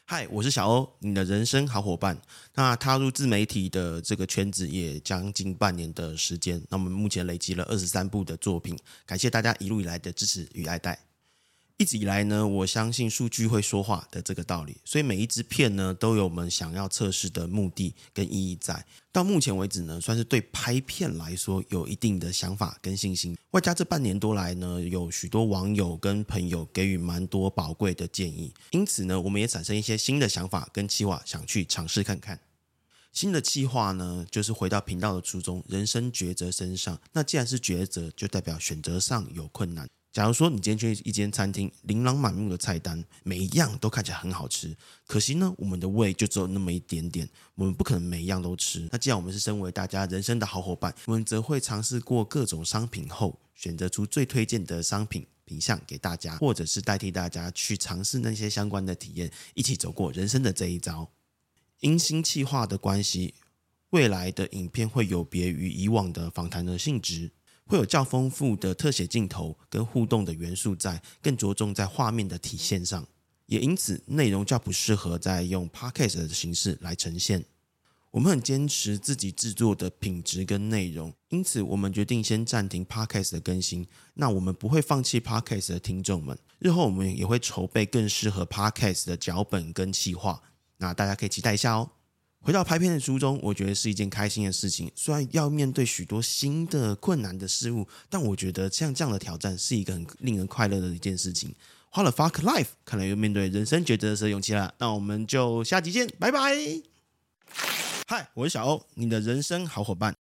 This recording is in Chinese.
嗨，我是小欧，你的人生好伙伴。那踏入自媒体的这个圈子也将近半年的时间，那我们目前累积了23部的作品，感谢大家一路以来的支持与爱戴。一直以来呢，我相信数据会说话的这个道理，所以每一支片呢都有我们想要测试的目的跟意义在。到目前为止呢，算是对拍片来说有一定的想法跟信心。外加这半年多来呢，有许多网友跟朋友给予蛮多宝贵的建议，因此呢，我们也产生一些新的想法跟企划，想去尝试看看。新的企划呢，就是回到频道的初衷，人生抉择身上。那既然是抉择，就代表选择上有困难。假如说你今天去一间餐厅，琳琅满目的菜单，每一样都看起来很好吃，可惜呢，我们的胃就只有那么一点点，我们不可能每一样都吃。那既然我们是身为大家人生的好伙伴，我们则会尝试过各种商品后，选择出最推荐的商品品项给大家，或者是代替大家去尝试那些相关的体验，一起走过人生的这一遭。因新企划的关系，未来的影片会有别于以往的访谈的性质，会有较丰富的特写镜头跟互动的元素在，更着重在画面的体现上，也因此内容较不适合再用 Podcast 的形式来呈现。我们很坚持自己制作的品质跟内容，因此我们决定先暂停 Podcast 的更新。那我们不会放弃 Podcast 的听众们，日后我们也会筹备更适合 Podcast 的脚本跟企划，那大家可以期待一下哦。回到拍片的初衷，我觉得是一件开心的事情。虽然要面对许多新的困难的事物，但我觉得像这样的挑战是一个很令人快乐的一件事情。花了 fuck life， 看来又面对人生抉择的勇气了。那我们就下集见，拜拜。嗨，我是小欧，你的人生好伙伴。